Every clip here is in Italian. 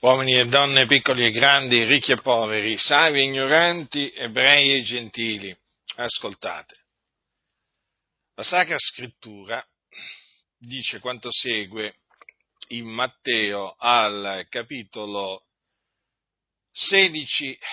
uomini e donne, piccoli e grandi, ricchi e poveri, savi e ignoranti, ebrei e gentili, ascoltate. La Sacra Scrittura dice quanto segue in Matteo al capitolo 16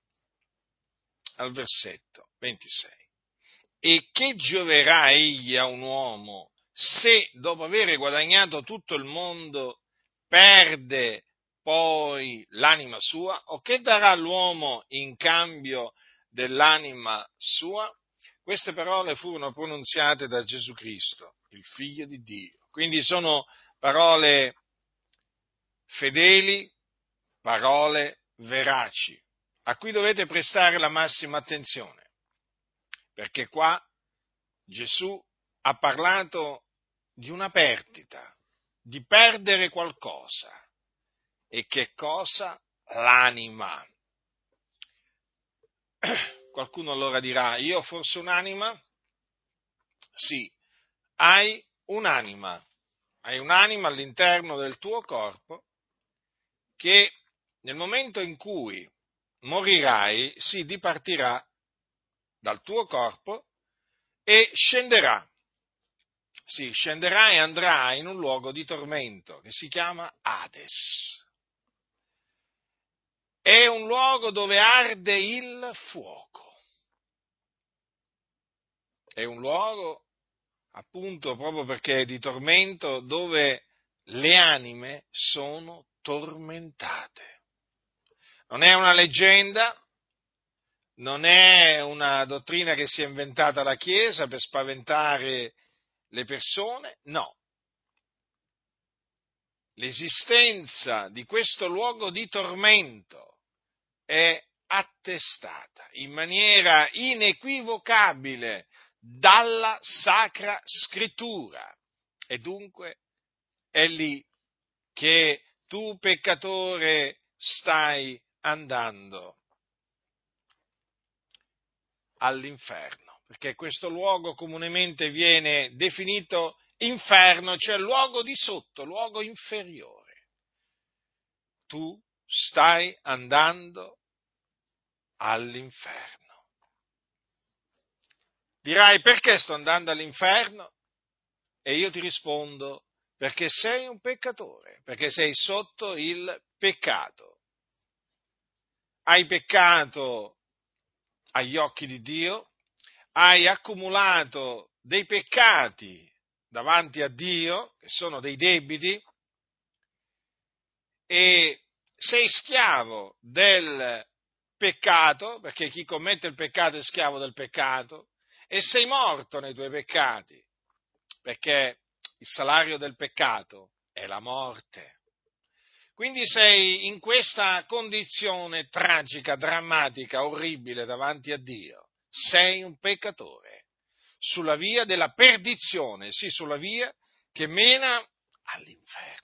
al versetto 26. E che gioverà egli a un uomo se, dopo aver guadagnato tutto il mondo, perde poi l'anima sua? O che darà l'uomo in cambio dell'anima sua? Queste parole furono pronunziate da Gesù Cristo, il Figlio di Dio. Quindi sono parole fedeli, parole veraci, a cui dovete prestare la massima attenzione, perché qua Gesù ha parlato di una perdita, di perdere qualcosa. E che cosa? L'anima. Qualcuno allora dirà, io ho forse un'anima? Sì, hai un'anima all'interno del tuo corpo che nel momento in cui morirai si dipartirà dal tuo corpo e scenderà e andrà in un luogo di tormento che si chiama Hades. È un luogo dove arde il fuoco. È un luogo, appunto, proprio perché è di tormento, dove le anime sono tormentate. Non è una leggenda, non è una dottrina che si è inventata la Chiesa per spaventare le persone, no. L'esistenza di questo luogo di tormento è attestata in maniera inequivocabile dalla Sacra Scrittura. E dunque è lì che tu, peccatore, stai andando all'inferno, perché questo luogo comunemente viene definito inferno, cioè luogo di sotto, luogo inferiore. Tu stai andando all'inferno. Dirai, perché sto andando all'inferno? E io ti rispondo, perché sei un peccatore, perché sei sotto il peccato. Hai peccato agli occhi di Dio, hai accumulato dei peccati davanti a Dio, che sono dei debiti, e sei schiavo del peccato, perché chi commette il peccato è schiavo del peccato, e sei morto nei tuoi peccati, perché il salario del peccato è la morte. Quindi sei in questa condizione tragica, drammatica, orribile davanti a Dio. Sei un peccatore, sulla via della perdizione, sì, sulla via che mena all'inferno.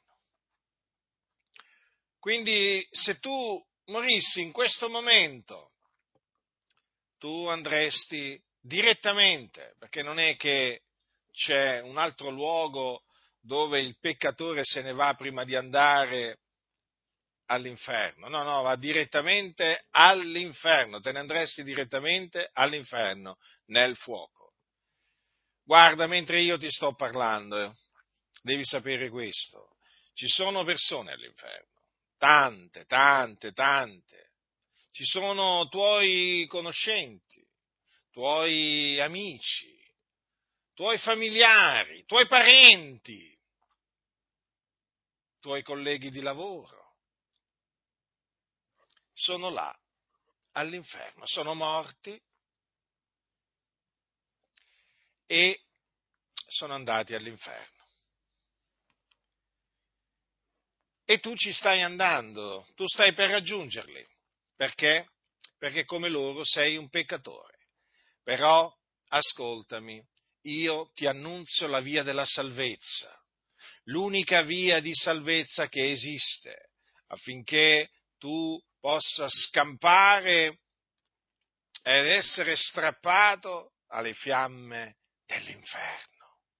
Quindi se tu morissi in questo momento, tu andresti direttamente, perché non è che c'è un altro luogo dove il peccatore se ne va prima di andare all'inferno. No, va direttamente all'inferno, te ne andresti direttamente all'inferno, nel fuoco. Guarda, mentre io ti sto parlando, devi sapere questo, ci sono persone all'inferno. Tante. Ci sono tuoi conoscenti, tuoi amici, tuoi familiari, tuoi parenti, tuoi colleghi di lavoro. Sono là, all'inferno, sono morti e sono andati all'inferno. E tu ci stai andando, tu stai per raggiungerli. Perché? Perché come loro sei un peccatore. Però, ascoltami, io ti annunzio la via della salvezza, l'unica via di salvezza che esiste, affinché tu possa scampare ed essere strappato alle fiamme dell'inferno.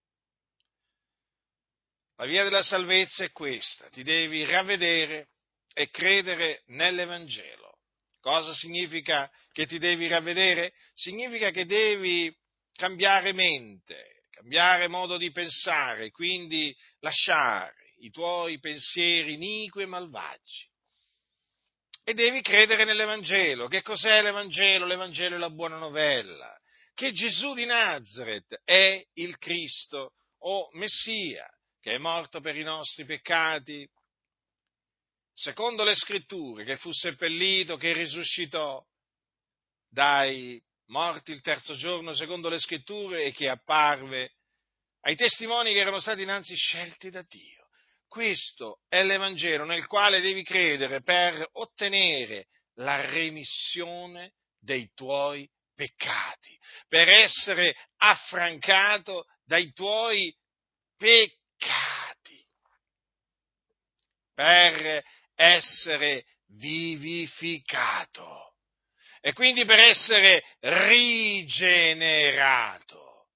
La via della salvezza è questa: ti devi ravvedere è credere nell'Evangelo. Cosa significa che ti devi ravvedere? Significa che devi cambiare mente, cambiare modo di pensare, quindi lasciare i tuoi pensieri iniqui e malvagi. E devi credere nell'Evangelo. Che cos'è l'Evangelo? L'Evangelo è la buona novella, che Gesù di Nazaret è il Cristo o Messia, che è morto per i nostri peccati, secondo le Scritture, che fu seppellito, che risuscitò dai morti il terzo giorno, secondo le Scritture, e che apparve ai testimoni che erano stati innanzi scelti da Dio. Questo è l'Evangelo nel quale devi credere per ottenere la remissione dei tuoi peccati, per essere affrancato dai tuoi peccati, per essere vivificato e quindi per essere rigenerato.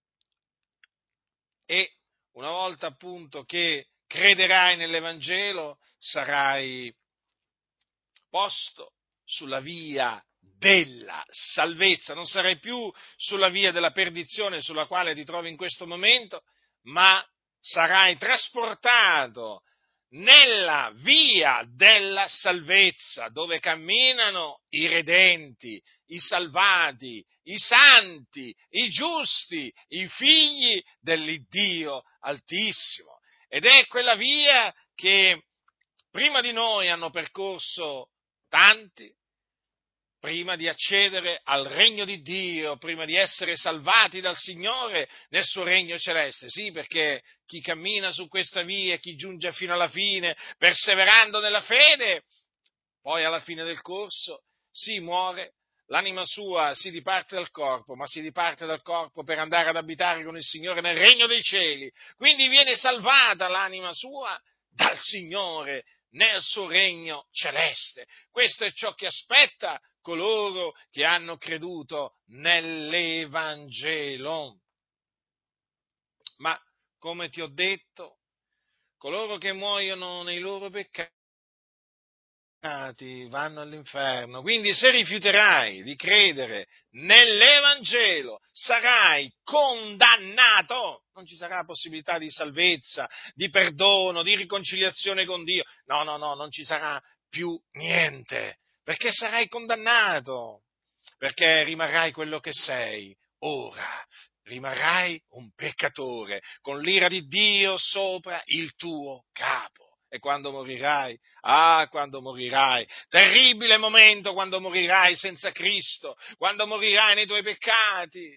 E una volta appunto che crederai nell'Evangelo, sarai posto sulla via della salvezza, non sarai più sulla via della perdizione sulla quale ti trovi in questo momento, ma sarai trasportato nella via della salvezza, dove camminano i redenti, i salvati, i santi, i giusti, i figli dell'Iddio Altissimo. Ed è quella via che prima di noi hanno percorso tanti, prima di accedere al regno di Dio, prima di essere salvati dal Signore nel suo regno celeste. Sì, perché chi cammina su questa via, chi giunge fino alla fine, perseverando nella fede, poi alla fine del corso si muore, l'anima sua si diparte dal corpo, ma si diparte dal corpo per andare ad abitare con il Signore nel regno dei cieli. Quindi viene salvata l'anima sua dal Signore nel suo regno celeste. Questo è ciò che aspetta coloro che hanno creduto nell'Evangelo. Ma, come ti ho detto, coloro che muoiono nei loro peccati vanno all'inferno. Quindi se rifiuterai di credere nell'Evangelo, sarai condannato. Non ci sarà possibilità di salvezza, di perdono, di riconciliazione con Dio. No, non ci sarà più niente, perché sarai condannato, perché rimarrai quello che sei ora. Rimarrai un peccatore, con l'ira di Dio sopra il tuo capo. E quando morirai? Quando morirai! Terribile momento quando morirai senza Cristo, quando morirai nei tuoi peccati.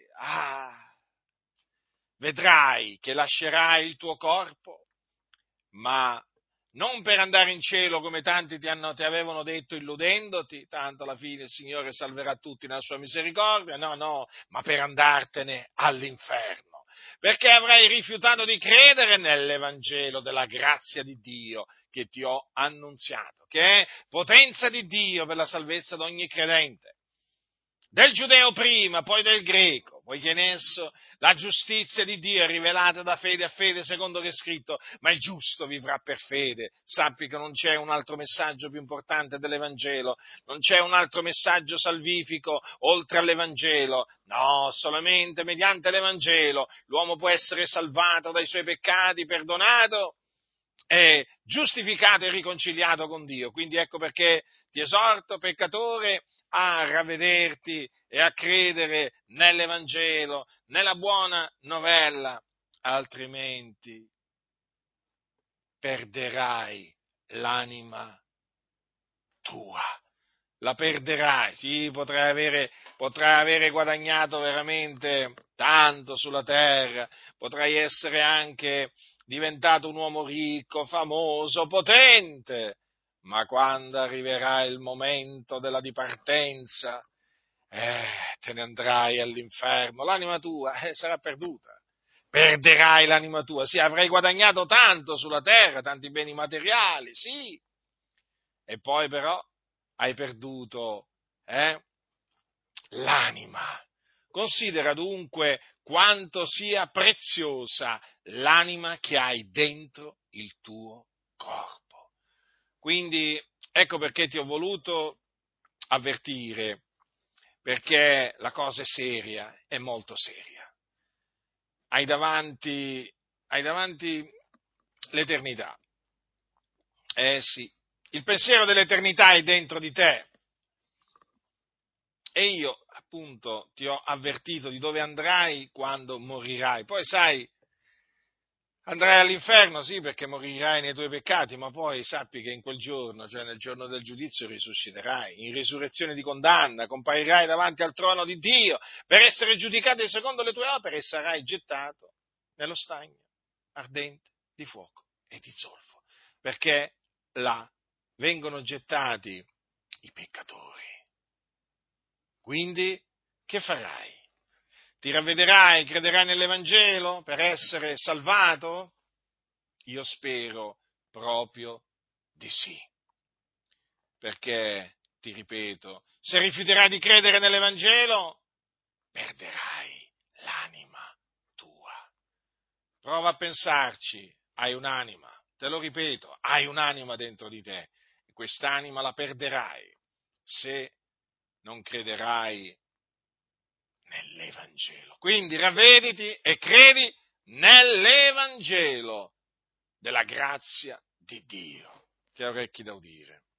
Vedrai che lascerai il tuo corpo, ma non per andare in cielo come tanti ti avevano detto illudendoti, tanto alla fine il Signore salverà tutti nella sua misericordia, no, ma per andartene all'inferno, perché avrai rifiutato di credere nell'Evangelo della grazia di Dio che ti ho annunziato, che è potenza di Dio per la salvezza di ogni credente, del giudeo prima, poi del greco, poiché in esso la giustizia di Dio è rivelata da fede a fede, secondo che è scritto, ma il giusto vivrà per fede. Sappi che non c'è un altro messaggio più importante dell'Evangelo, non c'è un altro messaggio salvifico oltre all'Evangelo, no, solamente mediante l'Evangelo l'uomo può essere salvato dai suoi peccati, perdonato, è giustificato e riconciliato con Dio. Quindi ecco perché ti esorto, peccatore, a ravvederti e a credere nell'Evangelo, nella buona novella, altrimenti perderai l'anima tua. La perderai, sì, potrai avere guadagnato veramente tanto sulla terra, potrai essere anche diventato un uomo ricco, famoso, potente, ma quando arriverà il momento della dipartenza, te ne andrai all'inferno, l'anima tua sarà perduta. Perderai l'anima tua, sì, avrai guadagnato tanto sulla terra, tanti beni materiali, sì, e poi però hai perduto l'anima. Considera dunque quanto sia preziosa l'anima che hai dentro il tuo corpo. Quindi Ecco perché ti ho voluto avvertire, perché la cosa è seria, è molto seria. Hai davanti, hai davanti l'eternità. Eh sì, il pensiero dell'eternità è dentro di te. E io, appunto, ti ho avvertito di dove andrai quando morirai. Poi, sai, andrai all'inferno, sì, perché morirai nei tuoi peccati, ma poi sappi che in quel giorno, cioè nel giorno del giudizio, risusciterai, in risurrezione di condanna, comparirai davanti al trono di Dio per essere giudicato secondo le tue opere e sarai gettato nello stagno ardente di fuoco e di zolfo, perché là vengono gettati i peccatori. Quindi, che farai? Ti ravvederai, crederai nell'Evangelo per essere salvato? Io spero proprio di sì, perché, ti ripeto, se rifiuterai di credere nell'Evangelo, perderai l'anima tua. Prova a pensarci, hai un'anima, te lo ripeto, hai un'anima dentro di te, e quest'anima la perderai se non crederai nell'Evangelo. Quindi ravvediti e credi nell'Evangelo della grazia di Dio. Che ha orecchi da udire,